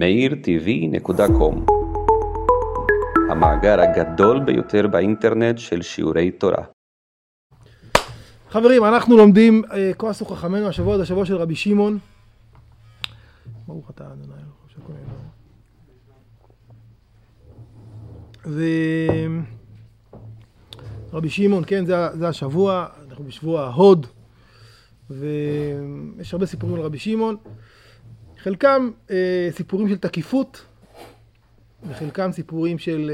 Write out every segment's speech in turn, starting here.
meirtv.com, המאגר הגדול ביותר באינטרנט של שיעורי תורה. חברים, אנחנו לומדים כועסו חכמינו השבוע, זה השבוע של רבי שמעון. ברוך אתה ה' שהכל נהיה. ורבי שמעון, כן, זה השבוע, אנחנו בשבוע ההוד, ויש הרבה סיפורים על רבי שמעון. חלקם סיפורים של תקיפות, וחלקם סיפורים של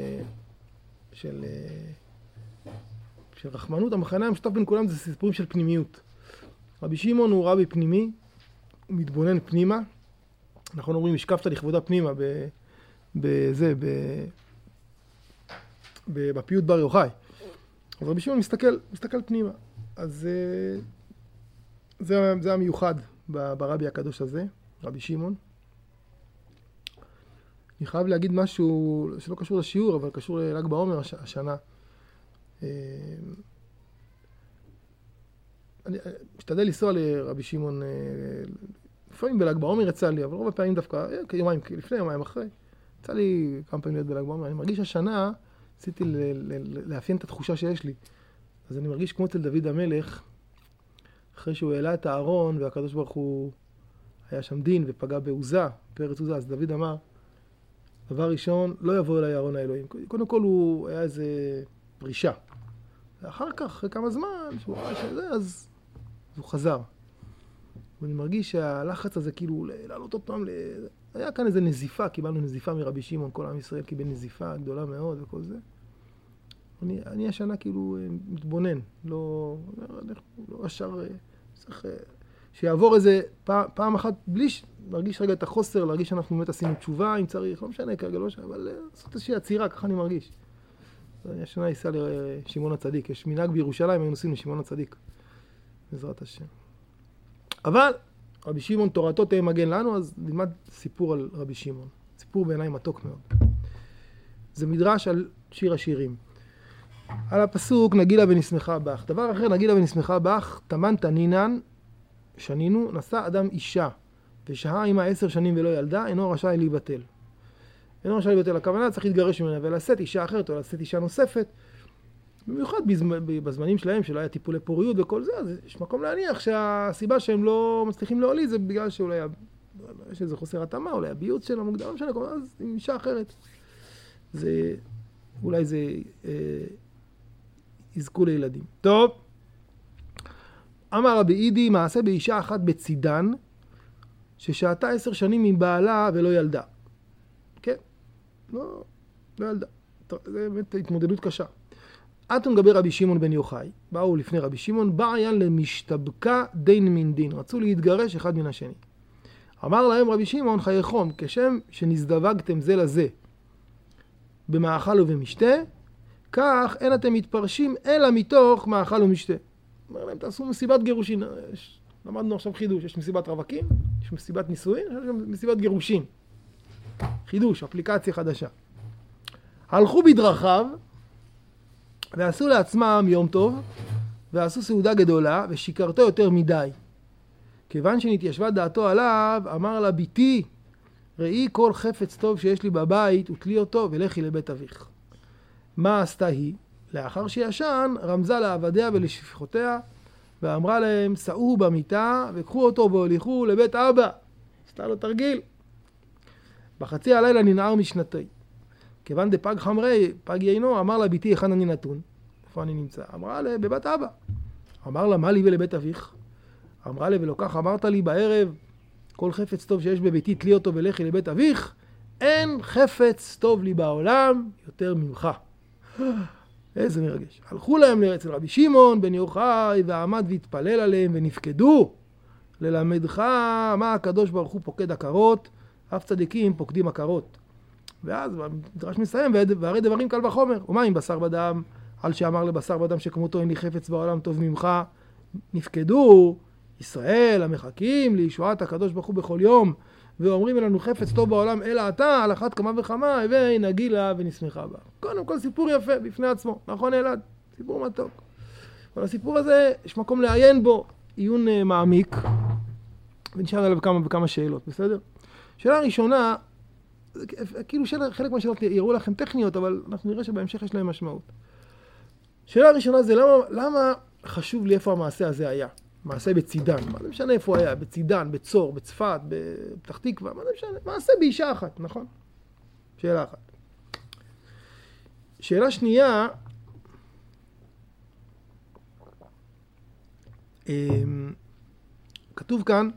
רחמנות. המחנה המשותף בין כולם זה סיפורים של פנימיות. רבי שמעון הוא רבי פנימי, הוא מתבונן פנימה. אנחנו אומרים, השקפת לכבודה פנימה בפיוט בר יוחאי. אז רבי שמעון מסתכל פנימה. אז זה המיוחד ברבי הקדוש הזה, רבי שמעון. אני חייב להגיד משהו שלא קשור לשיעור, אבל קשור לל"ג בעומר השנה. אני משתדל לנסוע לרבי שמעון, לפעמים בל"ג בעומר יצא לי, אבל רוב הפעמים דווקא, יומיים לפני, יומיים אחרי, יצא לי כמה פעמים להיות בל"ג בעומר. אני מרגיש השנה, רציתי לאפיין את התחושה שיש לי. אז אני מרגיש כמו אצל דוד המלך, אחרי שהוא העלה את הארון, והקדוש ברוך הוא היה שם דין ופגע בעוזה, פרץ עוזה, אז דוד אמר, דבר ראשון, לא יבוא אליי ארון האלוהים. קודם כל הוא היה איזה פרישה. ואחר כך, אחרי כמה זמן, שהוא ראה שזה, אז הוא חזר. ואני מרגיש שהלחץ הזה כאילו לעלות אותם, היה כאן איזה נזיפה, קיבלנו נזיפה מרבי שמעון, כל עם ישראל קיבל נזיפה גדולה מאוד וכל זה. אני השנה כאילו מתבונן, לא ישר, צריך שיעבור איזה פעם אחת, בלי להרגיש רגע את החוסר, להרגיש שאנחנו באמת עשינו תשובה, אם צריך, לא משנה כרגע, אבל לעשות איזושהי עצירה, ככה אני מרגיש. אני השנה ייסע לשמעון הצדיק, יש מנהג בירושלים, היינו נוסעים לשמעון הצדיק, בעזרת השם. אבל רבי שמעון תורתו תהיה מגן לנו, אז נלמד סיפור על רבי שמעון. סיפור בעיניי מתוק מאוד. זה מדרש על שיר השירים. על הפסוק נגילה ונשמחה בך. דבר אחר, נגילה ונשמחה בך, תמן תנינן, שנינו, נשא אדם אישה, ושהה עמה 10 שנים ולא ילדה, אינו רשאי להיבטל. אינו רשאי להיבטל, הכוונה צריך להתגרש ממנה ולשאת אישה אחרת, או לשאת אישה נוספת. במיוחד בזמנים שלהם, שלא היה טיפולי פוריות וכל זה, אז יש מקום להניח שהסיבה שהם לא מצליחים להוליד, זה בגלל שאולי יש איזה חוסר התאמה, אולי הביוץ שלה מוקדם, לא משנה, אז עם אישה אחרת. אולי זה יזכו לילדים. טוב. אמר רבי אידי, מעשה באישה אחת בצידן, ששהתה 10 שנים עם בעלה ולא ילדה. כן? לא ילדה. טוב, זה באמת התמודדות קשה. אתון גבי רבי שמעון בן יוחאי, באו לפני רבי שמעון, בעיין למשתבקה דין מן דין, רצו להתגרש אחד מן השני. אמר להם רבי שמעון, חייכום, כשם שנזדווגתם זה לזה, במאכל ובמשתה, כך אין אתם מתפרשים אלא מתוך מאכל ומשתה. אומר להם, תעשו מסיבת גירושין. למדנו עכשיו חידוש, יש מסיבת רווקים, יש מסיבת נישואין, יש גם מסיבת גירושין. חידוש, אפליקציה חדשה. הלכו בדרכיו, ועשו לעצמם יום טוב, ועשו סעודה גדולה, ושיקרתו יותר מדי. כיוון שנתיישבה דעתו עליו, אמר לה, ביתי, ראי כל חפץ טוב שיש לי בבית, ותלי אותו, ולכי לבית אביך. מה עשתה היא? לאחר שישן, רמזה לעבדיה ולשפחותיה, ואמרה להם, סעו במיטה, וקחו אותו והוליכו לבית אבא. עשתה לו תרגיל. בחצי הלילה ננער משנתי. כיוון דפג חמרי, פג יינו, אמר לה, ביתי, היכן אני נתון? איפה אני נמצא? אמרה לה, בבית אבא. אמר לה, מה לי ולבית אביך? אמרה לה, ולא כך אמרת לי בערב, כל חפץ טוב שיש בביתי, תלי אותו ולכי לבית אביך, אין חפץ טוב לי בעולם יותר ממך. איזה מרגש. הלכו להם אצל רבי שמעון בן יוחאי, ועמד והתפלל עליהם ונפקדו. ללמדך מה הקדוש ברוך הוא פוקד עקרות, אף צדיקים פוקדים עקרות. ואז המדרש מסיים, והרי דברים קל וחומר. ומה עם בשר בדם? על שאמר לבשר בדם שכמותו אין לי חפץ בעולם טוב ממך. נפקדו ישראל המחכים לישועת הקדוש ברוך הוא בכל יום, ואומרים לנו חפץ טוב בעולם אלא אתה, על אחת כמה וכמה, ונגילה ונשמחה בה. קודם כל סיפור יפה בפני עצמו, נכון אלעד? סיפור מתוק. אבל הסיפור הזה יש מקום לעיין בו, עיון מעמיק, ונשאר עליו כמה וכמה שאלות, בסדר? שאלה ראשונה, כאילו חלק מהשאלות יראו לכם טכניות, אבל אנחנו נראה שבהמשך יש להם משמעות. שאלה ראשונה זה למה חשוב לי איפה המעשה הזה היה? מעשה בצידן, מה זה משנה איפה היה? בצידן, בצור, בצפת, בפתח תקווה, מה זה משנה? מעשה באישה אחת, נכון? שאלה אחת. שאלה שנייה, כתוב כאן,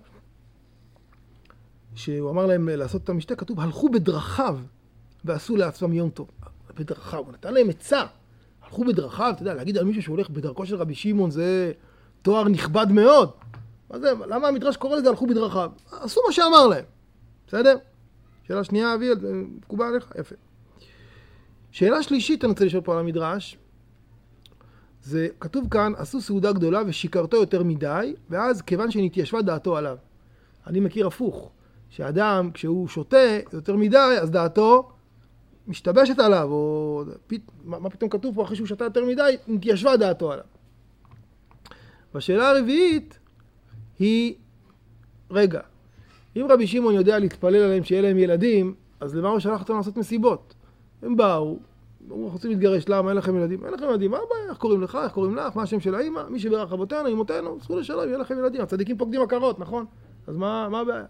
שהוא אמר להם לעשות את המשתה, כתוב, הלכו בדרכיו ועשו לעצמם יום טוב. בדרכיו, הוא נתן להם עצה. הלכו בדרכיו, אתה יודע, להגיד על מישהו שהולך בדרכו של רבי שמעון זה תואר נכבד מאוד. מה זה, למה המדרש קורא לזה הלכו בדרכיו? עשו מה שאמר להם. בסדר? שאלה שנייה, אביאל, מקובל עליך? יפה. שאלה שלישית, אני רוצה לשאול פה על המדרש. זה כתוב כאן, עשו סעודה גדולה ושיקרתו יותר מדי, ואז כיוון שנתיישבה דעתו עליו. אני מכיר הפוך, שאדם כשהוא שותה יותר מדי, אז דעתו משתבשת עליו, או מה פתאום כתוב פה אחרי שהוא שתה יותר מדי, נתיישבה דעתו עליו. והשאלה הרביעית היא, רגע, אם רבי שמעון יודע להתפלל עליהם שיהיה להם ילדים, אז למה הוא שלח אותם לעשות מסיבות? הם באו, אנחנו רוצים להתגרש, למה? אין לכם ילדים? אין לכם ילדים, מה הבעיה? איך קוראים לך? איך קוראים לך? מה השם של האמא? מי שברך אבותינו, אמותינו, זכו לשלום, יהיה לכם ילדים. הצדיקים פוקדים עקרות, נכון? אז מה הבעיה?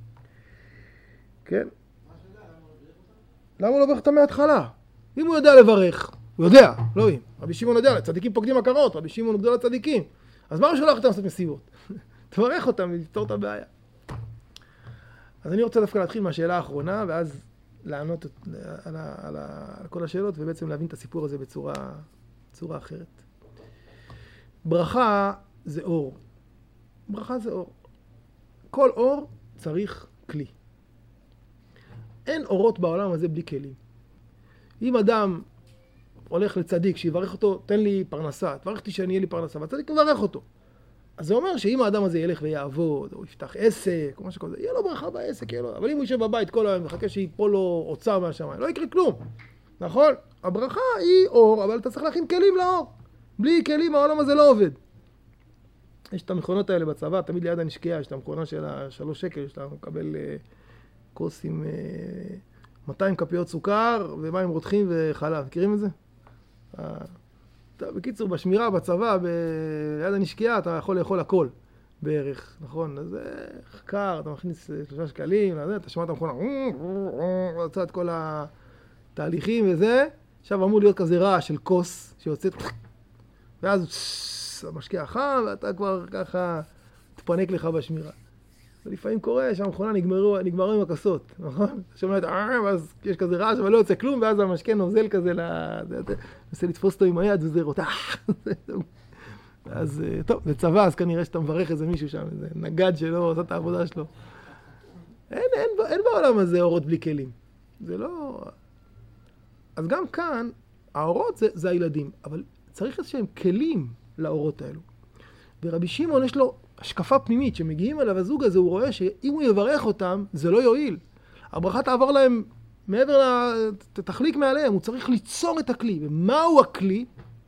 כן? למה הוא לא ברך אותם מההתחלה? אם הוא יודע לברך, הוא יודע, לא אם. רבי שמעון יודע, צדיקים פוקדים עקרות, רבי שמעון הוא גדול הצדיקים. אז מה הוא שולח אותם לעשות מסיבות? תברך אותם לפתור את הבעיה. אז אני רוצה דווקא להתחיל מהשאלה האחרונה, ואז לענות על כל השאלות, ובעצם להבין את הסיפור הזה בצורה אחרת. ברכה זה אור. ברכה זה אור. כל אור צריך כלי. אין אורות בעולם הזה בלי כלים. אם אדם הולך לצדיק, שיברך אותו, תן לי פרנסה, תברך אותי שאני אהיה לי פרנסה, והצדיק מברך אותו. אז זה אומר שאם האדם הזה ילך ויעבוד, או יפתח עסק, או משהו כזה, יהיה לו ברכה בעסק, יהיה לו. אבל אם הוא יושב בבית כל היום וחכה שיפול לו אוצר מהשמיים, לא יקרה כלום. נכון? הברכה היא אור, אבל אתה צריך להכין כלים לאור. בלי כלים העולם הזה לא עובד. יש את המכונות האלה בצבא, תמיד ליד הנשקייה, יש את המכונה של ה3 שקל, שאתה מקבל כוס עם 200 כפיות סוכר, ומים רותחים וחלב. מכירים את זה? בקיצור, בשמירה, בצבא, ביד הנשקייה, אתה יכול לאכול הכל בערך, נכון? אז זה חקר, אתה מכניס 3 שקלים, אתה שומע את המכונה, רוצה את כל התהליכים וזה, עכשיו אמור להיות כזה רעש של כוס שיוצאת, ואז המשקיע חם, ואתה כבר ככה תפנק לך בשמירה. ולפעמים קורה שהמכונה נגמרו עם הכסות, נכון? אתה שומע את ואז יש כזה רעש, אבל לא יוצא כלום, ואז המשקיע נוזל כזה, ננסה לתפוס אותו עם היד, וזה רותח. אז טוב, בצבא, אז כנראה שאתה מברך איזה מישהו שם, איזה נגד שלו, עושה את העבודה שלו. אין בעולם הזה אורות בלי כלים. זה לא... אז גם כאן, האורות זה הילדים, אבל צריך איזשהם כלים לאורות האלו. ורבי שמעון יש לו השקפה פנימית, שמגיעים אליו הזוג הזה, הוא רואה שאם הוא יברך אותם, זה לא יועיל. הברכה תעבור להם מעבר תחליק מעליהם, הוא צריך ליצור את הכלי. ומהו הכלי?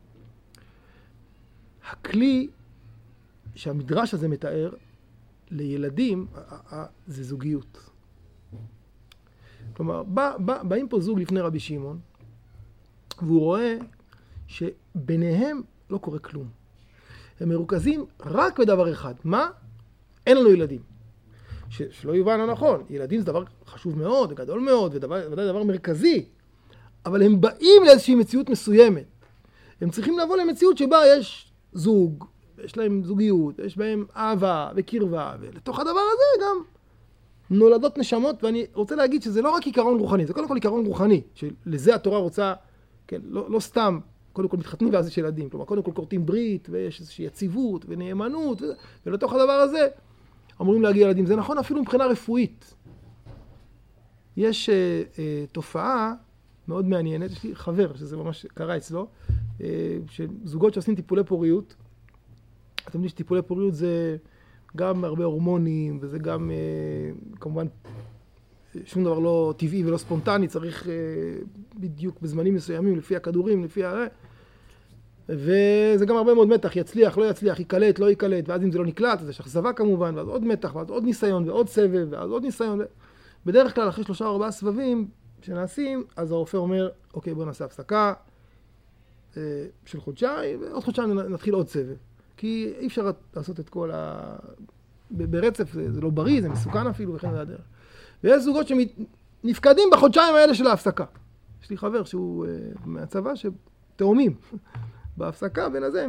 הכלי שהמדרש הזה מתאר לילדים, זה זוגיות. כלומר, באים פה זוג לפני רבי שמעון, והוא רואה שביניהם לא קורה כלום. הם מרוכזים רק בדבר אחד. מה? אין לנו ילדים. שלא יובן הנכון. ילדים זה דבר חשוב מאוד, גדול מאוד, ודאי דבר מרכזי. אבל הם באים לאיזושהי מציאות מסוימת. הם צריכים לבוא למציאות שבה יש זוג, יש להם זוגיות, יש בהם אהבה וקרבה, ולתוך הדבר הזה גם נולדות נשמות, ואני רוצה להגיד שזה לא רק עיקרון רוחני, זה קודם כל עיקרון רוחני, שלזה התורה רוצה, כן, לא סתם, קודם כל מתחתנים ואז יש ילדים, כלומר קודם כל קוראים ברית, ויש איזושהי יציבות ונאמנות, ולתוך הדבר הזה אמורים להגיע ילדים. זה נכון אפילו מבחינה רפואית. יש תופעה מאוד מעניינת, יש לי חבר שזה ממש קרה אצלו, שזוגות שעושים טיפולי פוריות, אתם יודעים שטיפולי פוריות זה גם הרבה הורמונים, וזה גם כמובן שום דבר לא טבעי ולא ספונטני, צריך בדיוק בזמנים מסוימים, לפי הכדורים, לפי וזה גם הרבה מאוד מתח, יצליח, לא יצליח, יקלט, לא יקלט, ואז אם זה לא נקלט, אז יש אכזבה כמובן, ואז עוד מתח, ואז עוד ניסיון, ועוד סבב, ואז עוד ניסיון, בדרך כלל אחרי 3 או 4 סבבים שנעשים, אז הרופא אומר, אוקיי, בוא נעשה הפסקה של חודשיים, ועוד חודשיים נתחיל עוד סבב. כי אי אפשר לעשות את כל ברצף, זה לא בריא, זה מסוכן אפילו, וכן והדרך. ויש זוגות שנפקדים בחודשיים האלה של ההפסקה. יש לי חבר שהוא מהצבא שתאומים בהפסקה, בין הזה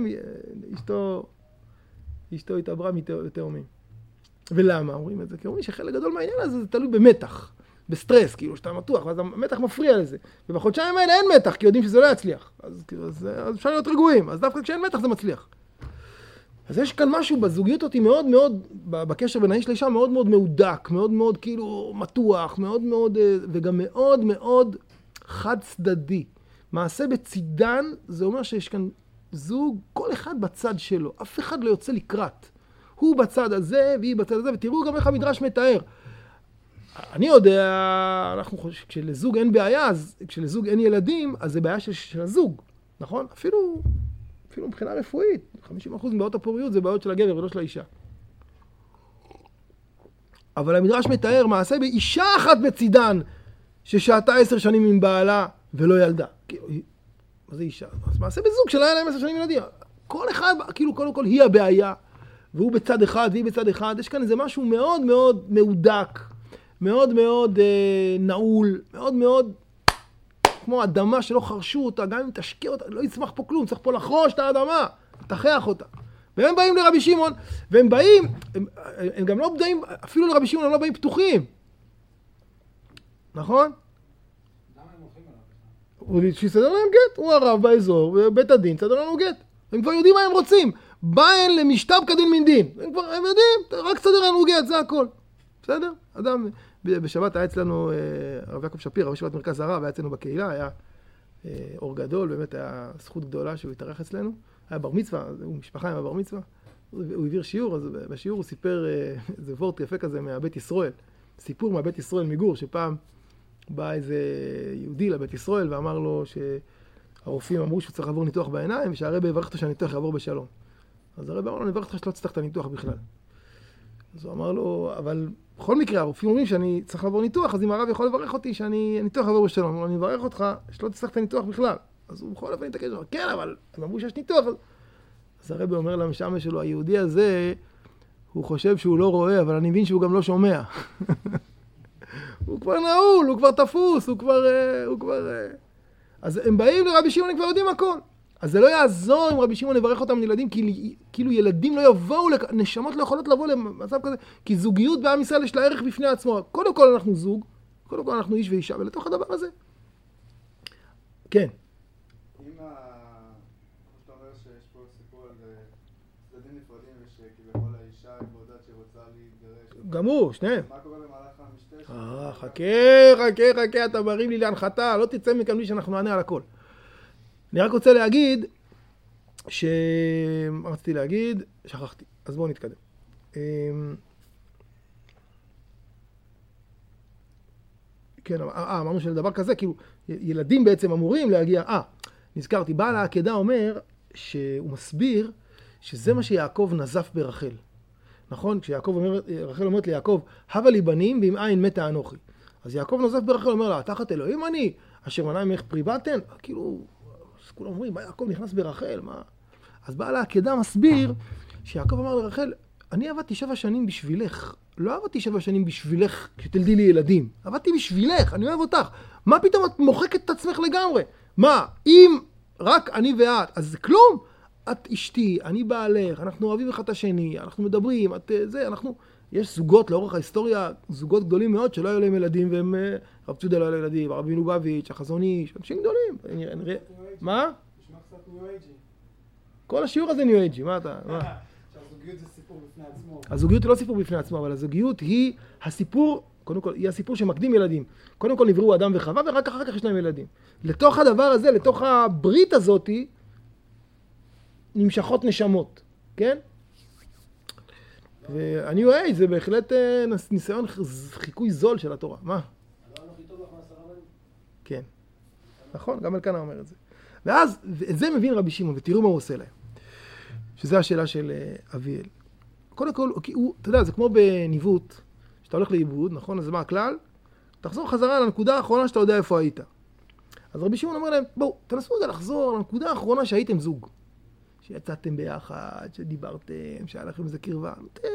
אשתו התעברה מתאומים. ולמה אומרים את זה? כי אומרים שחלק גדול מהעניין הזה זה תלוי במתח, בסטרס, כאילו שאתה מתוח, ואז המתח מפריע לזה. ובחודשיים האלה אין מתח, כי יודעים שזה לא יצליח. אז אפשר להיות רגועים, אז דווקא כשאין מתח זה מצליח. אז יש כאן משהו בזוגיות אותי מאוד מאוד, בקשר בין האיש לאישה מאוד מאוד מהודק, מאוד מאוד כאילו מתוח, מאוד מאוד, וגם מאוד מאוד חד צדדי. מעשה בצידן, זה אומר שיש כאן זוג, כל אחד בצד שלו, אף אחד לא יוצא לקראת. הוא בצד הזה והיא בצד הזה, ותראו גם איך המדרש מתאר. אני יודע, אנחנו חושבים, כשלזוג אין בעיה, אז כשלזוג אין ילדים, אז זה בעיה של הזוג, נכון? אפילו מבחינה רפואית, 50% מבעיות הפוריות זה בעיות של הגבר ולא של האישה. אבל המדרש מתאר מעשה באישה אחת בצידן, ששהתה 10 שנים עם בעלה ולא ילדה. מה זה אישה? אז מעשה בזוג שלה היה להם 10 שנים ילדים. כל אחד, כאילו קודם כל היא הבעיה, והוא בצד אחד והיא בצד אחד. יש כאן איזה משהו מאוד מאוד מהודק, מאוד מאוד נעול, מאוד מאוד כמו אדמה שלא חרשו אותה, גם אם תשקיע אותה, לא יצמח פה כלום, צריך פה לחרוש את האדמה, תחח אותה. והם באים לרבי שמעון, והם באים, הם גם לא באים, אפילו לרבי שמעון הם לא באים פתוחים. נכון? למה הם הולכים עליו? שיסדר להם גט, הוא הרב באזור, ובית הדין, סדר לנו גט. הם כבר יודעים מה הם רוצים. באין למשתב כדין מן דין. הם יודעים, רק סדר לנו גט, זה הכל. בסדר? אדם, בשבת היה אצלנו הרב יעקב שפיר, הרב ישיבת מרכז הרב, היה אצלנו בקהילה, היה אור גדול, באמת היה זכות גדולה שהוא התארח אצלנו. היה בר מצווה, הוא משפחה עם הבר מצווה. הוא העביר שיעור, אז בשיעור הוא סיפר איזה וורט יפה כזה מהבית ישראל. סיפור מהבית ישראל מגור, שפעם בא איזה יהודי לבית ישראל ואמר לו שהרופאים אמרו שהוא צריך לעבור ניתוח בעיניים, ושהרבא יברך אותו שהניתוח יעבור בשלום. אז הרבא אמר לו, אני אברך אותך שלא תצטרך את הניתוח בכלל. אז הוא אמר לו, אבל בכל מקרה, הרופאים אומרים שאני צריך לעבור ניתוח, אז אם הרב יכול לברך אותי שהניתוח יעבור בשלום, הוא אומר, אני אברך אותך שלא תצטרך את הניתוח בכלל. אז הוא בכל אופן יתעקש, כן, אבל הם אמרו שיש ניתוח. אז הרבא אומר למשעמש שלו, היהודי הזה, הוא חושב שהוא לא רואה, אבל אני מבין שהוא גם לא שומע. הוא כבר נעול, הוא כבר תפוס, הוא כבר... אז הם באים לרבי שמעון, הם כבר יודעים הכל. אז זה לא יעזור אם רבי שמעון יברך אותם ילדים, כאילו ילדים לא יבואו, נשמות לא יכולות לבוא למצב כזה, כי זוגיות בעם ישראל יש לה ערך בפני עצמו. קודם כל אנחנו זוג, קודם כל אנחנו איש ואישה, ולתוך הדבר הזה. כן. אם שאתה אומר שיש פה סיפור על צדדים נפרדים, ושכביכול האישה היא בודדת שרוצה להתגרש. גם הוא, שניהם. מה קורה במהלך המשתה? חכה, אתה מרים לי להנחתה, לא תצא מכאן בלי שאנחנו נענה על הכל. אני רק רוצה להגיד, רציתי להגיד, שכחתי, אז בואו נתקדם. כן, אמרנו שלדבר כזה, כאילו, ילדים בעצם אמורים להגיע, נזכרתי, בעל העקדה אומר, שהוא מסביר, שזה מה שיעקב נזף ברחל. נכון? רחל אומרת ליעקב, הבה לי בנים ואם אין מתה אנוכי. אז יעקב נזף ברחל, אומר לה, תחת אלוהים אני, אשר מנע ממך פרי בטן, כאילו, אז כולם אומרים, מה יעקב נכנס ברחל? מה? אז בעל העקדה מסביר שיעקב אמר לרחל, אני עבדתי 7 שנים בשבילך, לא עבדתי 7 שנים בשבילך שתלדי לי ילדים, עבדתי בשבילך, אני אוהב אותך. מה פתאום את מוחקת את עצמך לגמרי? מה, אם רק אני ואת, אז זה כלום? את אשתי, אני בעלך, אנחנו אוהבים אחד את השני, אנחנו מדברים, יש זוגות לאורך ההיסטוריה, זוגות גדולים מאוד שלא היו להם ילדים, והם רב צודה לא היו לילדים, הרב מלובביץ', החזון איש, אנשים גדולים. מה? נשמע קצת ניו אייג'י. כל השיעור הזה ניו אייג'י, מה אתה? שהזוגיות זה סיפור בפני עצמו. הזוגיות היא לא סיפור בפני עצמו, אבל הזוגיות היא הסיפור, קודם כל, היא הסיפור שמקדים ילדים. קודם כל נבראו אדם וחווה, ורק אחר כך יש להם ילדים. לתוך הדבר הזה, לתוך הברית הזאת, נמשכות נשמות, כן? ואני אוהב, זה בהחלט ניסיון חיקוי זול של התורה. מה? הדבר הכי טוב לך מה10 בנים? כן. נכון, גם אלקנה אומר את זה. ואז, את זה מבין רבי שמעון, ותראו מה הוא עושה להם. שזו השאלה של אביאל. קודם כל, אתה יודע, זה כמו בניווט, שאתה הולך לאיבוד, נכון? אז מה הכלל? תחזור חזרה לנקודה האחרונה שאתה יודע איפה היית. אז רבי שמעון אומר להם, בואו, תנסו רגע לחזור לנקודה האחרונה שהייתם זוג. שיצאתם ביחד, שדיברתם, שהיה לכם איזה קרבה.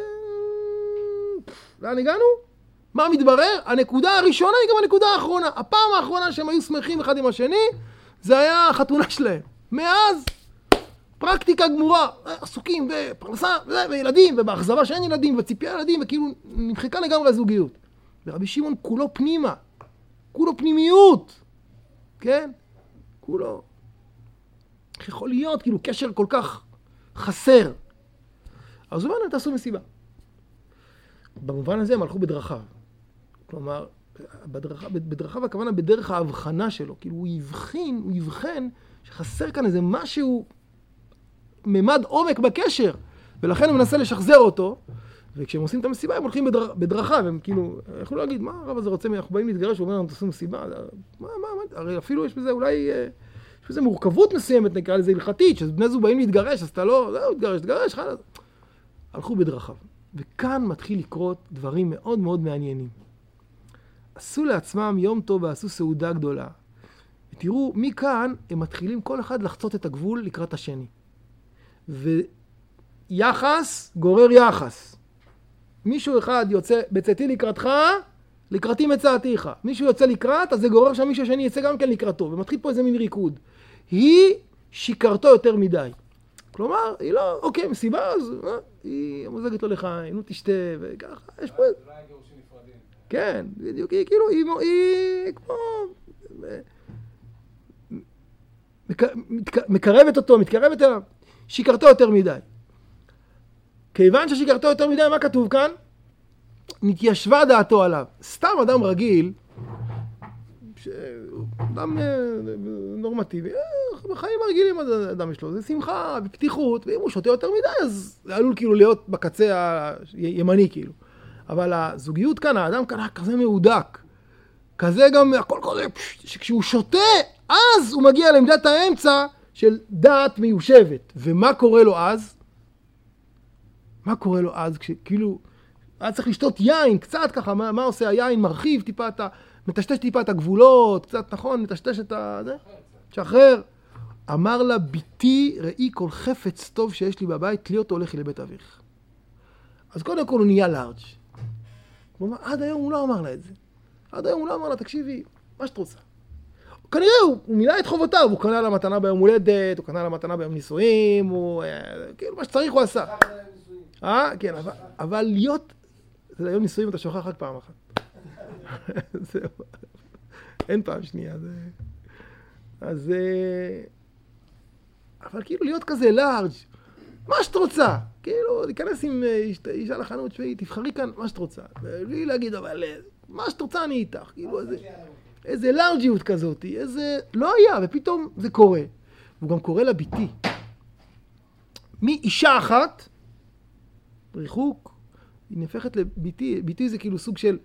לאן הגענו? מה מתברר? הנקודה הראשונה היא גם הנקודה האחרונה. הפעם האחרונה שהם היו שמחים אחד עם השני, זה היה החתונה שלהם. מאז, פרקטיקה גמורה, עסוקים בפרנסה, וילדים, ובאכזבה שאין ילדים, וציפייה ילדים, וכאילו נמחקה לגמרי הזוגיות. ורבי שמעון כולו פנימה, כולו פנימיות, כן? כולו. איך יכול להיות, כאילו, קשר כל כך חסר. אז הוא אומר להם, תעשו מסיבה. במובן הזה הם הלכו בדרכיו. כלומר, בדרכיו הכוונה בדרך ההבחנה שלו. כאילו, הוא יבחן שחסר כאן איזה משהו, ממד עומק בקשר, ולכן הוא מנסה לשחזר אותו, וכשהם עושים את המסיבה, הם הולכים בדרכיו, הם כאילו, יכולו להגיד, מה הרב הזה רוצה, אנחנו באים להתגרש, הוא אומר לנו, תעשו מסיבה, הרי אפילו יש בזה אולי, יש בזה מורכבות מסוימת, נקרא לזה הלכתית, שבני זוג באים להתגרש, אז אתה לא, תגרש, הלכו בדרכיו. וכאן מתחיל לקרות דברים מאוד מאוד מעניינים. עשו לעצמם יום טוב ועשו סעודה גדולה. ותראו, מכאן הם מתחילים כל אחד לחצות את הגבול לקראת השני. ויחס גורר יחס. מישהו אחד יוצא בצאתי לקראתך, לקראתי מצאתיך. מישהו יוצא לקראת, אז זה גורר שהמישהו השני יצא גם כן לקראתו. ומתחיל פה איזה מין ריקוד. היא שיקרתו יותר מדי. כלומר, היא לא, אוקיי, מסיבה, אז היא מוזגת לו לחיים, נו תשתה, וככה, יש פה... אולי גירושים נפרדים. כן, בדיוק, היא כאילו, היא כמו... מקרבת אותו, מתקרבת אליו, שיקרתו יותר מדי. כיוון ששיקרתו יותר מדי, מה כתוב כאן? נתיישבה דעתו עליו. סתם אדם רגיל, אדם נורמטיבי, בחיים הרגילים אדם יש לו, זה שמחה ופתיחות, ואם הוא שותה יותר מדי, אז זה עלול כאילו להיות בקצה הימני כאילו. אבל הזוגיות כאן, האדם כאן היה כזה מהודק, כזה גם, הכל כזה, שכשהוא שותה, אז הוא מגיע לעמדת האמצע של דעת מיושבת. ומה קורה לו אז? מה קורה לו אז? כשכאילו, היה צריך לשתות יין, קצת ככה, מה עושה היין? מרחיב טיפה את מטשטש טיפה את הגבולות, קצת נכון, מטשטש את זה, שחרר. אמר לה, ביתי, ראי כל חפץ טוב שיש לי בבית, תלי אותו הולכי לבית אביך. אז קודם כל הוא נהיה לארג'. הוא אומר, עד היום הוא לא אמר לה את זה. עד היום הוא לא אמר לה, תקשיבי, מה שאת רוצה. כנראה הוא מילא את חובותיו, הוא קנה לה מתנה ביום הולדת, הוא קנה לה מתנה ביום נישואים, הוא, כאילו מה שצריך הוא עשה. כן, אבל להיות, זה היום נישואים אתה שוכח רק פעם אחת. זהו. אין פעם שנייה. אז אבל כאילו להיות כזה לארג', מה שאת רוצה. כאילו, להיכנס עם אישה לחנות שבי, תבחרי כאן מה שאת רוצה. בלי להגיד, אבל מה שאת רוצה אני איתך. כאילו, איזה לארג'יות כזאת, איזה... לא היה, ופתאום זה קורה. והוא גם קורא לביתי. מאישה אחת, ריחוק, היא נפחת לביתי. ביתי זה כאילו סוג של...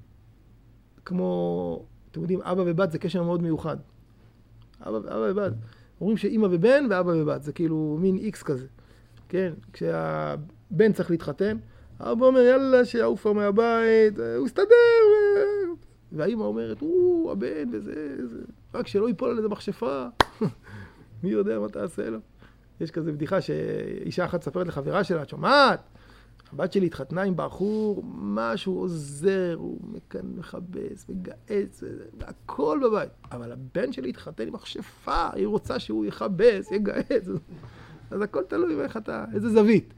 כמו, אתם יודעים, אבא ובת זה קשר מאוד מיוחד. אבא ובת. אומרים שאמא ובן ואבא ובת, זה כאילו מין איקס כזה. כן, כשהבן צריך להתחתן, אבא אומר, יאללה, שיעוף מהבית, הוא הסתדר. והאמא אומרת, הבן וזה, רק שלא ייפול על איזה מכשפה. מי יודע מה תעשה לו? יש כזה בדיחה שאישה אחת ספרת לחברה שלה, את שומעת? הבת שלי התחתנה עם בחור, משהו עוזר, הוא מכבס, מגעץ, הכל בבית. אבל הבן שלי התחתן עם מכשפה, היא רוצה שהוא יכבס, יגעץ. אז הכל תלוי באיך אתה, איזה זווית.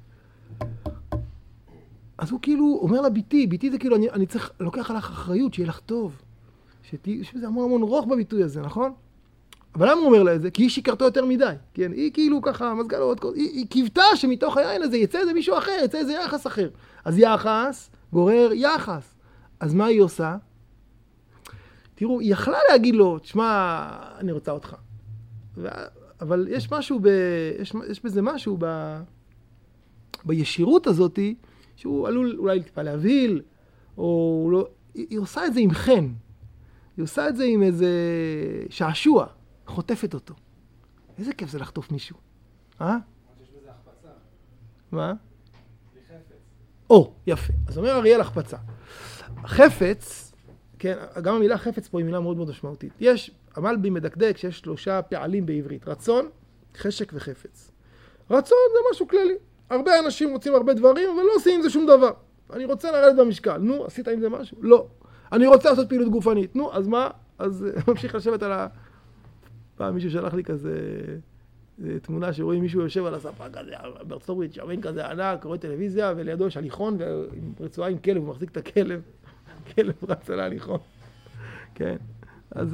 אז הוא כאילו אומר לה, ביתי זה כאילו, אני צריך, לוקח עליך אחריות, שיהיה לך טוב. יש בזה המון רוח בביטוי הזה, נכון? אבל למה הוא אומר לה את זה? כי היא שיקרתו יותר מדי. כן? היא כאילו ככה, מזגה לו עוד כל... היא קיוותה שמתוך היין הזה יצא איזה מישהו אחר, יצא איזה יחס אחר. אז יחס גורר יחס. אז מה היא עושה? תראו, היא יכלה להגיד לו, תשמע, אני רוצה אותך. אבל יש משהו יש בזה משהו בישירות הזאת, שהוא עלול אולי טיפה להבהיל, או לא... היא עושה את זה עם חן. היא עושה את זה עם איזה שעשוע. חוטפת אותו. איזה כיף זה לחטוף מישהו. יש בזה החפצה. מה? בלי חפץ. יפה. אז אומר אריאל החפצה. חפץ, כן, גם המילה חפץ פה היא מילה מאוד מאוד משמעותית. יש, המלבי מדקדק שיש 3 פעלים בעברית, רצון, חשק וחפץ. רצון זה משהו כללי. הרבה אנשים רוצים הרבה דברים, אבל לא עושים עם זה שום דבר. אני רוצה לרדת במשקל. נו, עשית עם זה משהו? לא. אני רוצה לעשות פעילות גופנית. נו, אז מה? אז ממשיך לשבת על פעם מישהו שלח לי כזה תמונה שרואים מישהו יושב על הספה כזה, בארצות הברית, שמן כזה ענק, רואה טלוויזיה, ולידו יש הליכון, ועם רצועה עם כלב, הוא מחזיק את הכלב. כלב רץ על ההליכון. כן. אז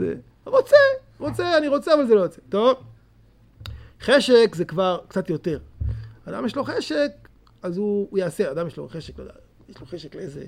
אני רוצה, אבל זה לא יוצא. טוב. חשק זה כבר קצת יותר. אדם יש לו חשק, אז הוא יעשה. אדם יש לו חשק, לא יודע, יש לו חשק לאיזה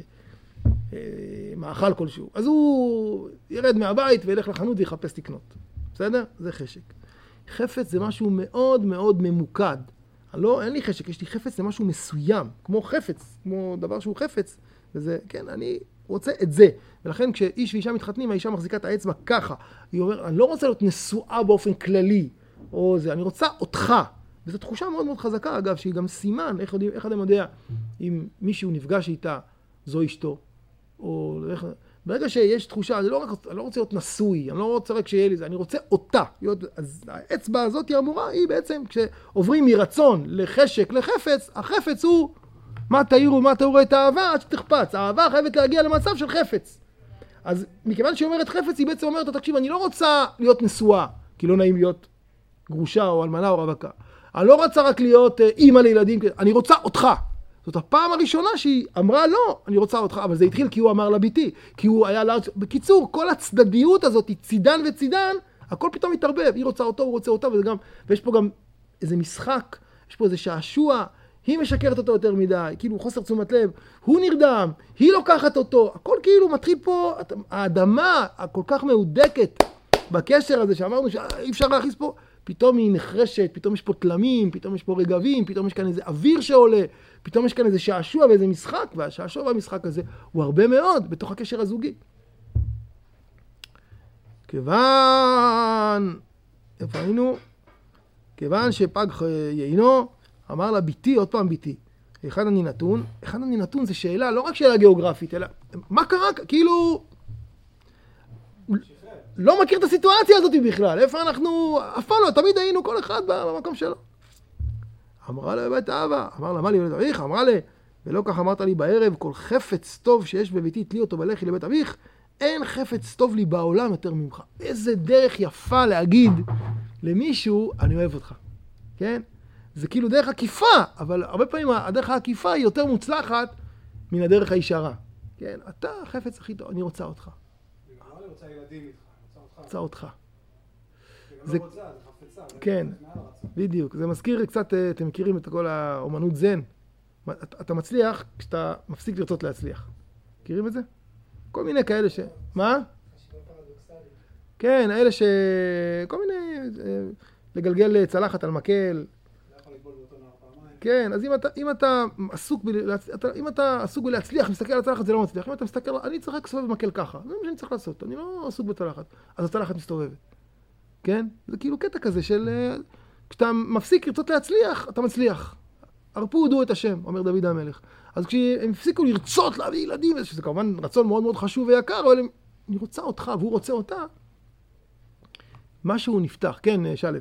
מאכל כלשהו. אז הוא ירד מהבית וילך לחנות ויחפש לקנות. בסדר? זה חשק. חפץ זה משהו מאוד מאוד ממוקד. אין לי חשק, יש לי חפץ למשהו מסוים. כמו חפץ, כמו דבר שהוא חפץ. וזה, כן, אני רוצה את זה. ולכן כשאיש ואישה מתחתנים, האישה מחזיקה את האצבע ככה. היא אומרת, אני לא רוצה להיות נשואה באופן כללי. או זה, אני רוצה אותך. וזו תחושה מאוד מאוד חזקה, אגב, שהיא גם סימן, איך אדם יודע אם מישהו נפגש איתה, זו אשתו. או ברגע שיש תחושה, אני לא רוצה להיות נשוי, אני לא רוצה רק שיהיה לי זה, אני רוצה אותה. אז האצבע הזאת היא אמורה, היא בעצם, כשעוברים מרצון לחשק, לחפץ, החפץ הוא מה תאירו את האהבה עד שתחפץ. האהבה חייבת להגיע למצב של חפץ. אז מכיוון שהיא אומרת חפץ, היא בעצם אומרת, תקשיב, אני לא רוצה להיות נשואה, כי לא נעים להיות גרושה או אלמנה או רווקה. אני לא רוצה רק להיות אימא לילדים, אני רוצה אותך. זאת הפעם הראשונה שהיא אמרה לא, אני רוצה אותך, אבל זה התחיל כי הוא אמר לה ביתי, כי הוא היה לארץ. בקיצור, כל הצדדיות הזאת, צידן וצידן, הכל פתאום מתערבב. היא רוצה אותו, הוא רוצה אותה, ויש פה גם איזה משחק, יש פה איזה שעשוע, היא משקרת אותו יותר מדי, כאילו חוסר תשומת לב, הוא נרדם, היא לוקחת אותו, הכל כאילו מתחיל פה, האדמה הכל כך מהודקת בקשר הזה שאמרנו שאי אפשר להכניס פה, פתאום היא נחרשת, פתאום יש פה תלמים, פתאום יש פה רגבים, פתאום יש כאן איזה אוויר שעולה, פתאום יש כאן איזה שעשוע ואיזה משחק, והשעשוע והמשחק הזה הוא הרבה מאוד בתוך הקשר הזוגי. כיוון שפג יינו, אמר לה ביתי, עוד פעם ביתי. אחד אני נתון זה שאלה, לא רק שאלה גיאוגרפית, אלא מה קרה, כאילו לא מכיר את הסיטואציה הזאת בכלל, איפה אנחנו, אף פעם לא, תמיד היינו כל אחד במקום שלו. אמרה לה בבית האבא, אמר לה מה לי בבית אביך, אמרה לה, ולא כך אמרת לי בערב, כל חפץ טוב שיש בביתי תלי אותו בלכי לבית אביך, אין חפץ טוב לי בעולם יותר ממך. איזה דרך יפה להגיד למישהו, אני אוהב אותך. כן? זה כאילו דרך עקיפה, אבל הרבה פעמים הדרך העקיפה היא יותר מוצלחת מן הדרך הישרה. כן? אתה החפץ הכי טוב, אני רוצה אותך. אני רוצה ילדים איתך, רוצה אותך. זה גם לא רוצה, זה חפצה. כן, בדיוק. זה מזכיר קצת, אתם מכירים את כל האומנות זן. אתה מצליח כשאתה מפסיק לרצות להצליח. מכירים את זה? כל מיני כאלה ש... מה? כן, האלה ש... כל מיני... לגלגל צלחת על מקל. כן, אז אם אתה עסוק בלהצליח, מסתכל על הצלחת, זה לא מצליח. אם אתה מסתכל, אני צריך רק לסובב במקל ככה. זה מה שאני צריך לעשות, אני לא עסוק בצלחת. אז הצלחת מסתובבת. כן? זה כאילו קטע כזה של... כשאתה מפסיק לרצות להצליח, אתה מצליח. הרפו הודו את השם, אומר דוד המלך. אז כשהם הפסיקו לרצות להביא ילדים, שזה כמובן רצון מאוד מאוד חשוב ויקר, אבל אני רוצה אותך והוא רוצה אותה, משהו נפתח. כן, שלב.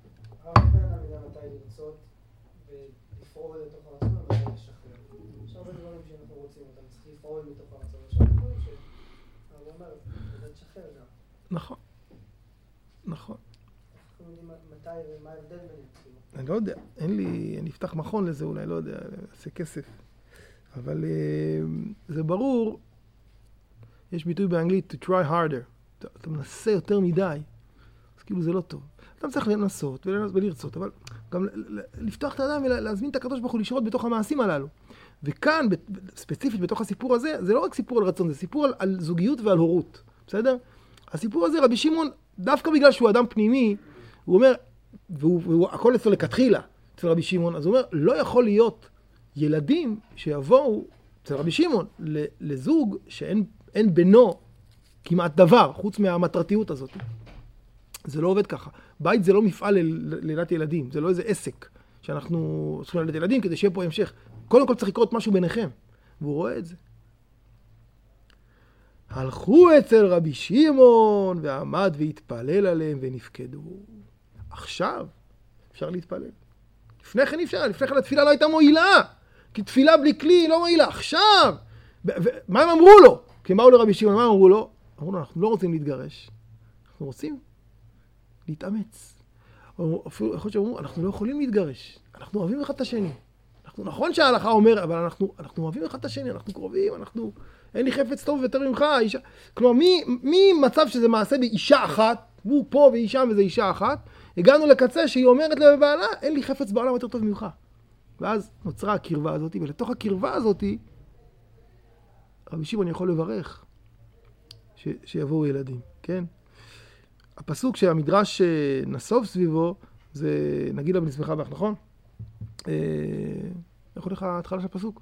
נכון. נכון. אנחנו יודעים מתי ומה ההבדל ביניהם. אני לא יודע, אני אפתח מכון לזה אולי, לא יודע, עושה כסף. אבל זה ברור, יש ביטוי באנגלית, to try harder. אתה מנסה יותר מדי, אז כאילו זה לא טוב. אתה צריך לנסות ולרצות, אבל גם לפתוח את האדם ולהזמין את הקדוש ברוך הוא לשרות בתוך המעשים הללו. וכאן, ספציפית בתוך הסיפור הזה, זה לא רק סיפור על רצון, זה סיפור על זוגיות ועל הורות. בסדר? הסיפור הזה, רבי שמעון, דווקא בגלל שהוא אדם פנימי, הוא אומר, והוא הכל אצלו לכתחילה, אצל רבי שמעון, אז הוא אומר, לא יכול להיות ילדים שיבואו אצל רבי שמעון לזוג שאין בינו כמעט דבר, חוץ מהמטרתיות הזאת. זה לא עובד ככה. בית זה לא מפעל לילדת ילדים, זה לא איזה עסק שאנחנו צריכים לילדת ילדים כדי שיהיה פה המשך. קודם כל צריך לקרות משהו ביניכם, והוא רואה את זה. הלכו אצל רבי שמעון, ועמד והתפלל עליהם ונפקדו. עכשיו אפשר להתפלל. לפני כן אפשר, לפני כן התפילה לא הייתה מועילה. כי תפילה בלי כלי לא מועילה. עכשיו! מה הם אמרו לו? כי הם באו לרבי שמעון, מה הם אמרו לו? אמרו לו, אנחנו לא רוצים להתגרש. אנחנו רוצים להתאמץ. אפילו יכול להיות שאומרו, אנחנו לא יכולים להתגרש. אנחנו אוהבים אחד את השני. נכון שההלכה אומר, אבל אנחנו אוהבים אחד את השני, אנחנו קרובים, אין לי חפץ טוב יותר ממך, אישה. כלומר, ממצב שזה מעשה באישה אחת, הוא פה ואישה וזה אישה אחת, הגענו לקצה שהיא אומרת לבעלה, אין לי חפץ בעולם יותר טוב ממך. ואז נוצרה הקרבה הזאת, ולתוך הקרבה הזאת, רבי שמעון יכול לברך שיבואו ילדים, כן? הפסוק שהמדרש נסוב סביבו, זה נגילה ונשמחה בך, נכון? איך הולך ההתחלה של הפסוק?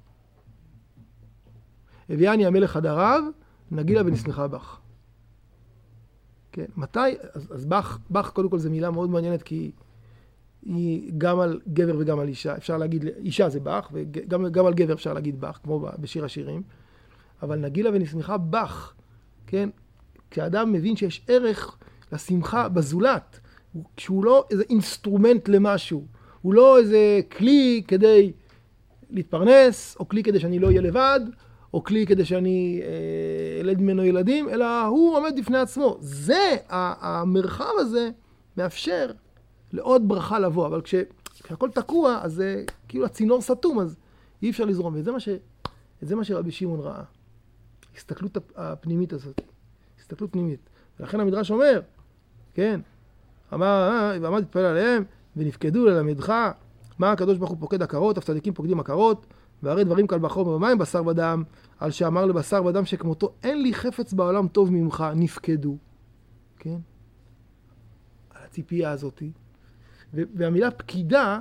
הביאני המלך חדריו, נגילה ונשמחה בך. כן, מתי? אז בך קודם כל זו מילה מאוד מעניינת, כי היא גם על גבר וגם על אישה. אפשר להגיד, אישה זה בך, וגם על גבר אפשר להגיד בך, כמו בשיר השירים. אבל נגילה ונשמחה בך, כן? כשאדם מבין שיש ערך לשמחה בזולת, כשהוא לא איזה אינסטרומנט למשהו, הוא לא איזה כלי כדי להתפרנס, או כלי כדי שאני לא אהיה לבד, או כלי כדי שאני אלד ממנו ילדים, אלא הוא עומד בפני עצמו. זה, המרחב הזה מאפשר לעוד ברכה לבוא, אבל כשהכל תקוע, אז זה כאילו הצינור סתום, אז אי אפשר לזרום. וזה מה שרבי שמעון ראה. הסתכלות הפנימית הזאת. הסתכלות פנימית. ולכן המדרש אומר, כן, ועמד להתפלל עליהם, ונפקדו ללמדך, מה הקדוש ברוך הוא פוקד עקרות, אף צדיקים פוקדים עקרות, והרי דברים קל בחום ובמים בשר ודם, על שאמר לבשר ודם שכמותו, אין לי חפץ בעולם טוב ממך, נפקדו. כן? על הציפייה הזאת. והמילה פקידה,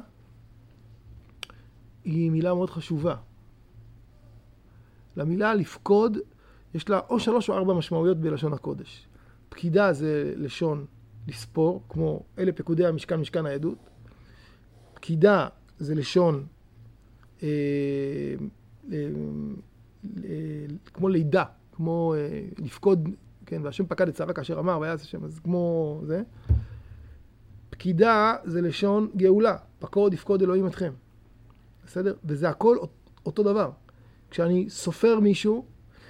היא מילה מאוד חשובה. למילה לפקוד, יש לה או 3 או 4 משמעויות בלשון הקודש. פקידה זה לשון לספור, כמו אלה פקודי המשכן, משכן העדות. פקידה זה לשון כמו לידה, כמו לפקוד, כן, והשם פקד את שרה כאשר אמר, והיה השם, אז כמו זה. פקידה זה לשון גאולה, פקוד יפקוד אלוהים אתכם. בסדר? וזה הכל אותו דבר. כשאני סופר מישהו,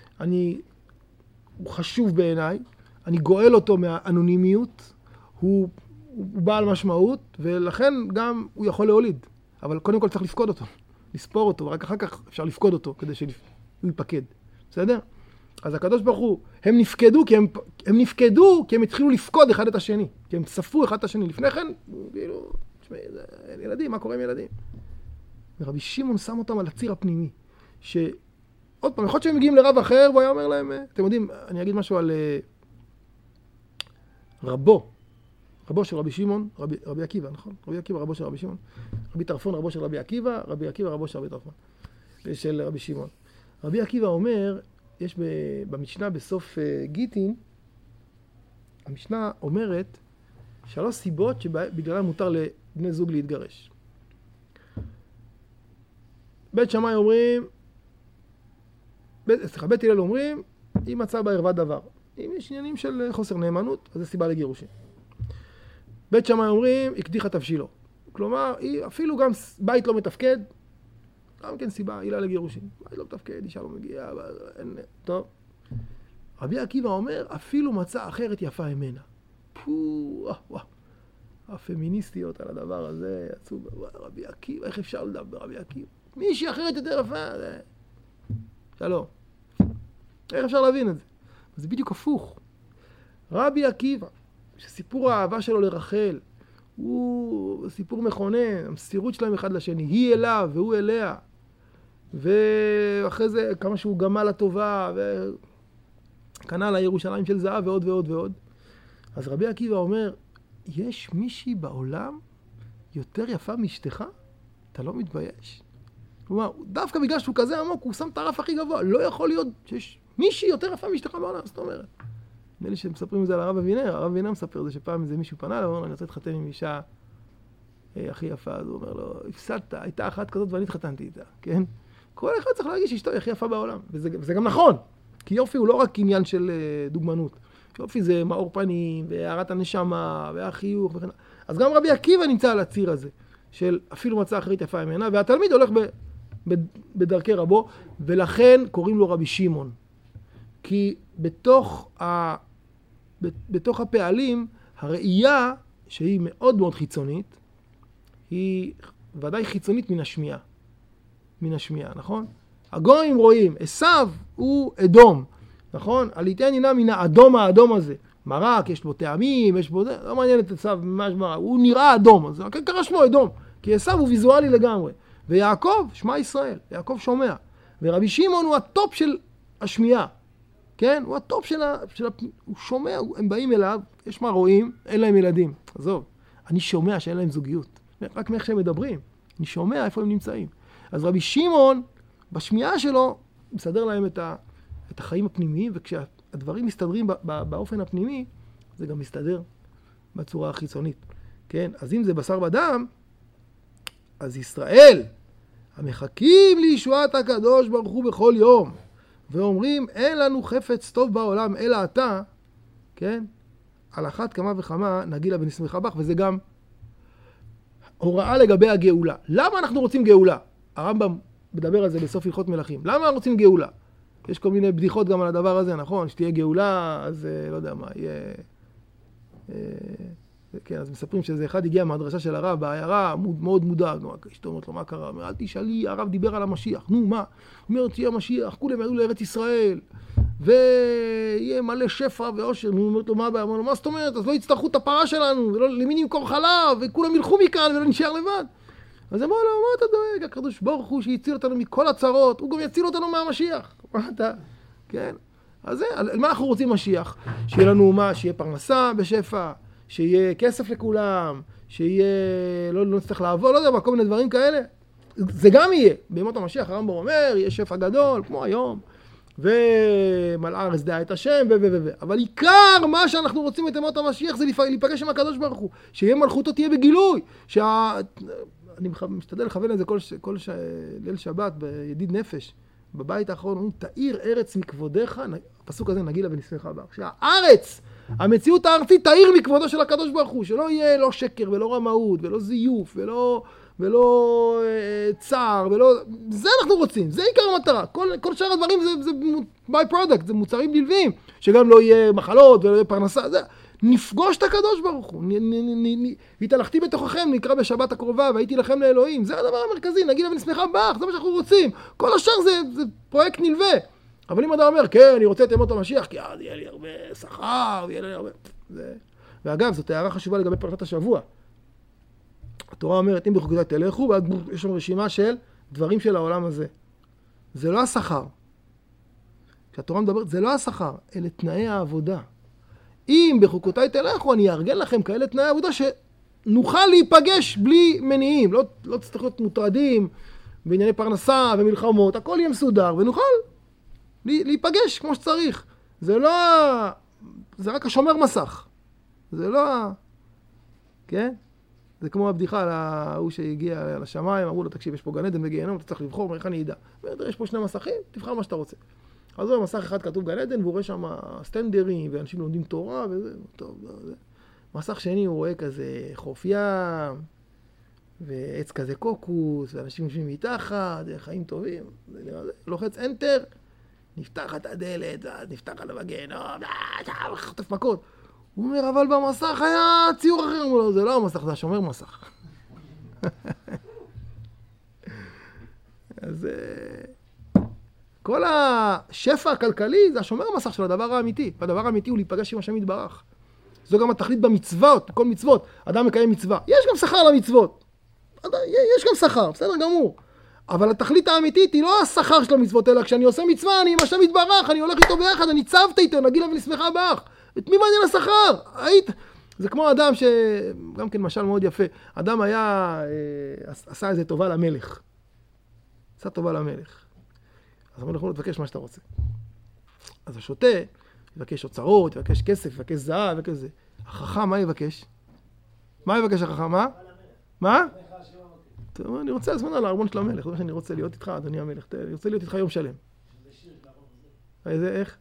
הוא חשוב בעיניי, אני גואל אותו מהאנונימיות, הוא בעל משמעות, ולכן גם הוא יכול להוליד. אבל קודם כל צריך לפקוד אותו, לספור אותו, ורק אחר כך אפשר לפקוד אותו כדי שהוא ייפקד. בסדר? אז הקדוש ברוך הוא, הם נפקדו כי הם התחילו לפקוד אחד את השני, כי הם ספרו אחד את השני. לפני כן, כאילו, תשמעי, ילדים, מה קורה עם ילדים? ורבי שמעון שם אותם על הציר הפנימי, עוד פעם, יכול להיות שהם מגיעים לרב אחר, והוא היה אומר להם, אתם יודעים, אני אגיד משהו על רבו של רבי שמעון, רבי עקיבא, נכון? רבי עקיבא, רבו של רבי שמעון. רבי טרפון, רבו של רבי עקיבא, רבי עקיבא, רבו של רבי טרפון. של רבי שמעון. רבי עקיבא אומר, יש במשנה בסוף גיטין, המשנה אומרת 3 סיבות שבגללן מותר לבני זוג להתגרש. בית שמאי אומרים, בית הלל אומרים, אם מצא בערווה דבר. אם יש עניינים של חוסר נאמנות, אז זה סיבה לגירושים. בית שמאי אומרים, הקדיחה תבשילו. כלומר, אפילו גם בית לא מתפקד, גם כן סיבה, עילה לגירושים. בית לא מתפקד, אישה לא מגיעה, אין... טוב. רבי עקיבא אומר, אפילו מצא אחרת יפה ממנה. הפמיניסטיות על הדבר הזה יצאו, רבי עקיבא, איך אפשר לדבר ברבי עקיבא? מישהי אחרת יותר יפה, שלום. איך אפשר להבין את זה? זה בדיוק הפוך. רבי עקיבא, שסיפור האהבה שלו לרחל, הוא סיפור מכונן, המסירות שלהם אחד לשני, היא אליו והוא אליה, ואחרי זה כמה שהוא גמל לטובה, וקנה לה ירושלים של זהב ועוד ועוד ועוד. אז רבי עקיבא אומר, יש מישהי בעולם יותר יפה מאשתך? אתה לא מתבייש? כלומר, דווקא בגלל שהוא כזה עמוק, הוא שם את הרף הכי גבוה. לא יכול להיות שיש מישהי יותר יפה מאשתך בעולם, זאת אומרת. נראה לי שמספרים את זה על הרב אבינר. הרב אבינר מספר זה שפעם איזה מישהו פנה, הוא אומר לו, אני רוצה להתחתן עם אישה הכי יפה. אז הוא אומר לו, הפסדת, הייתה אחת כזאת ואני התחתנתי איתה, כן? כל אחד צריך להגיש אשתו הכי יפה בעולם. וזה גם נכון. כי יופי הוא לא רק עניין של דוגמנות. יופי זה מאור פנים, והערת הנשמה, והחיוך וכן. אז גם רבי עקיבא נמצא על הציר הזה, של אפילו מצא אחרית יפה ממנה, והתלמיד הולך בדרכי רבו, ולכן קוראים לו רבי שמעון. כי בתוך הפעלים, הראייה, שהיא מאוד מאוד חיצונית, היא ודאי חיצונית מן השמיעה, נכון? הגויים רואים, עשיו הוא אדום, נכון? הליטני נע מן האדום הזה. מרק, יש בו טעמים, יש בו זה, לא מעניין את עשיו, ממש מרק, הוא נראה אדום, אז קרא שמו אדום, כי עשיו הוא ויזואלי לגמרי. ויעקב, שמע ישראל, יעקב שומע. ורבי שמעון הוא הטופ של השמיעה, כן? הוא הטופ הוא שומע, הם באים אליו, יש מה רואים, אין להם ילדים. עזוב, אני שומע שאין להם זוגיות. רק מאיך שהם מדברים, אני שומע איפה הם נמצאים. אז רבי שמעון, בשמיעה שלו, מסדר להם את החיים הפנימיים, וכשהדברים מסתדרים באופן הפנימי, זה גם מסתדר בצורה החיצונית. כן? אז אם זה בשר ודם, אז ישראל, המחכים לישועת הקדוש ברוך הוא בכל יום, ואומרים, אין לנו חפץ טוב בעולם, אלא אתה, כן? על אחת כמה וכמה נגילה ונשמחה בך, וזה גם הוראה לגבי הגאולה. למה אנחנו רוצים גאולה? הרמב"ם מדבר על זה בסוף הלכות מלכים. למה אנחנו רוצים גאולה? יש כל מיני בדיחות גם על הדבר הזה, נכון? שתהיה גאולה, אז לא יודע מה, יהיה... כן, אז מספרים שזה אחד הגיע מהדרשה של הרב בעיירה, מאוד מודאג, אשתו אומרת לו, מה קרה? אומר, אל תשאלי, הרב דיבר על המשיח, נו, מה? הוא אומר, תהיה המשיח, כולם ידעו לארץ ישראל, ויהיה מלא שפע ואושר, הוא אומר לו, מה הבעיה? הוא אומר לו, מה זאת אומרת? אז לא יצטרכו את הפרה שלנו, למי נמכור חלב, וכולם ילכו מכאן ולא נשאר לבד. אז אמרו לו, מה אתה דואג? הקדוש ברוך הוא שיציל אותנו מכל הצרות, הוא גם יציל אותנו מהמשיח. מה אתה? כן? אז זה, על מה אנחנו רוצים משיח? שיהיה לנו מה? שיהיה פרנסה בשפע, שיהיה כסף לכולם, שיהיה, לא נצטרך לעבור, לא יודע, כל מיני דברים כאלה. זה גם יהיה. בימות המשיח הרמב"ם אומר, יהיה שפע גדול, כמו היום, ומלאה ארץ דעה את השם, אבל עיקר מה שאנחנו רוצים את ימות המשיח זה להיפגש עם הקדוש ברוך הוא, שיהיה מלכותו תהיה בגילוי, אני משתדל לכוון את זה כל ליל שבת בידיד נפש, בבית האחרון אומרים, תאיר ארץ מכבודך, הפסוק הזה נגילה ונשמחה בך, שהארץ, המציאות הארצית תאיר מכבודו של הקדוש ברוך הוא, שלא יהיה לא שקר ולא רמאות ולא זיוף ולא צער, זה אנחנו רוצים, זה עיקר המטרה, כל שאר הדברים זה by product, זה מוצרים נלווים, שגם לא יהיה מחלות ולא יהיה פרנסה, זה... נפגוש את הקדוש ברוך הוא, והתהלכתי בתוככם, נקרא בשבת הקרובה, והייתי לכם לאלוהים, זה הדבר המרכזי, נגילה ונשמחה בך, זה מה שאנחנו רוצים, כל השאר זה פרויקט נלווה, אבל אם אדם אומר, כן, אני רוצה את ימות המשיח, כי אז יהיה לי הרבה שכר, ויהיה לי הרבה... ואגב, זאת הערה חשובה לגבי פרשת השבוע, התורה אומרת, אם בחוקותיי תלכו, ואז יש שם רשימה של דברים של העולם הזה, זה לא השכר, כשהתורה מדברת, זה לא השכר, אלה תנאי העבודה, אם בחוקותיי תלכו, אני אארגן לכם כאלה תנאי עבודה שנוכל להיפגש בלי מניעים. לא תצטרכו להיות מוטרדים בענייני פרנסה ומלחמות. הכל יהיה מסודר ונוכל להיפגש כמו שצריך. זה רק השומר מסך. זה לא... כן? זה כמו הבדיחה על ההוא שהגיע לשמיים, אמרו לו, תקשיב, יש פה גן עדן וגיהנום, אתה צריך לבחור, איך אני אדע? יש פה 2 מסכים, תבחר מה שאתה רוצה. אז הוא מסך אחד כתוב גן עדן, והוא רואה שם סטנדרים, ואנשים לומדים תורה, וזה, טוב, זה. מסך שני הוא רואה כזה חוף ים, ועץ כזה קוקוס, ואנשים יושבים מתחת, חיים טובים, לוחץ אנטר, נפתחת הדלת, נפתח עליו הגיהנום, חוטף מכות. הוא אומר, אבל במסך היה ציור אחר, הוא אומר, זה לא המסך, זה השומר מסך. אז... כל השפע הכלכלי זה השומר המסך של הדבר האמיתי, והדבר האמיתי הוא להיפגש עם השם יתברך. זו גם התכלית במצוות, כל מצוות, אדם מקיים מצווה. יש גם שכר למצוות, יש גם שכר, בסדר גמור. אבל התכלית האמיתית היא לא השכר של המצוות, אלא כשאני עושה מצווה, אני עם השם יתברך, אני הולך איתו ביחד, אני צוות איתו, נגילה ונשמחה בך. את מי מעניין השכר? זה כמו אדם גם כן משל מאוד יפה, אדם עשה איזה טובה למלך. עשה טובה למלך. אז אמרו לו, תבקש מה שאתה רוצה. אז השוטה, יבקש אוצרות, יבקש כסף, יבקש זהב, יבקש זה. החכם, מה יבקש? מה יבקש החכם? מה? טוב, אני רוצה להזמין על הארמון של המלך. זה מה שאני רוצה להיות איתך, אדוני המלך. אני רוצה להיות איתך יום שלם. איך?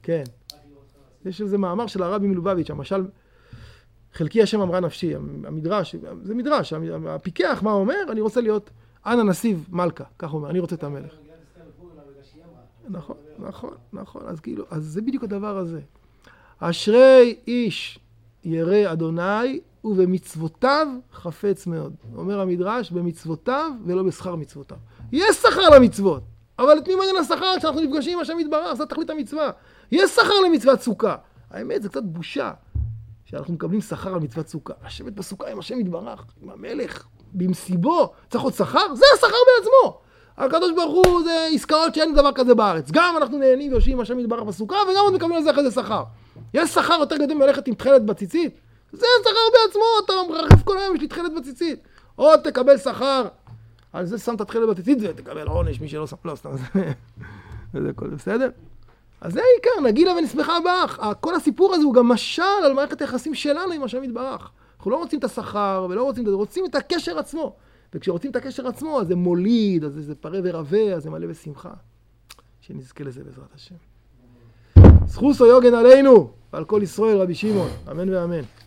כן. יש איזה מאמר של הרבי מלובביץ', המשל, חלקי השם אמרה נפשי, המדרש, זה מדרש, הפיקח מה אומר? אני רוצה להיות אנא נסיב מלכה, כך הוא אומר, אני רוצה את המלך. נכון, נכון, נכון, אז כאילו, אז זה בדיוק הדבר הזה. אשרי איש ירא אדוני ובמצוותיו חפץ מאוד. אומר המדרש, במצוותיו ולא בשכר מצוותיו. יש שכר למצוות, אבל את מי מעניין השכר כשאנחנו נפגשים עם השם יתברך? זה תכלית המצווה. יש שכר למצוות סוכה. האמת, זה קצת בושה שאנחנו מקבלים שכר על מצוות סוכה. לשבת בסוכה עם השם יתברך, עם המלך, במסיבו, צריך עוד שכר? זה השכר בעצמו. הקדוש ברוך הוא זה עסקאות שאין דבר כזה בארץ. גם אנחנו נהנים ויושבים עם השם יתברך בסוכה, וגם עוד מקבלים על זה כזה שכר. יש שכר יותר גדול מלכת עם תכלת בציצית? זה שכר בעצמו, אתה מרחף כל היום, יש לי תכלת בציצית. או תקבל שכר, על זה שמת תכלת בציצית ותקבל עונש, מי שלא שם, לא סתם, זה הכל בסדר? אז זה העיקר, נגילה ונשמחה בך. כל הסיפור הזה הוא גם משל על מערכת היחסים שלנו עם השם יתברך. אנחנו לא רוצים את השכר ולא רוצים את הקשר עצמו. וכשרוצים את הקשר עצמו, אז זה מוליד, אז זה פרה ורבה, אז זה מלא בשמחה. שנזכה לזה בעזרת השם. זכוס או יוגן עלינו, ועל כל ישראל רבי שמעון. אמן ואמן.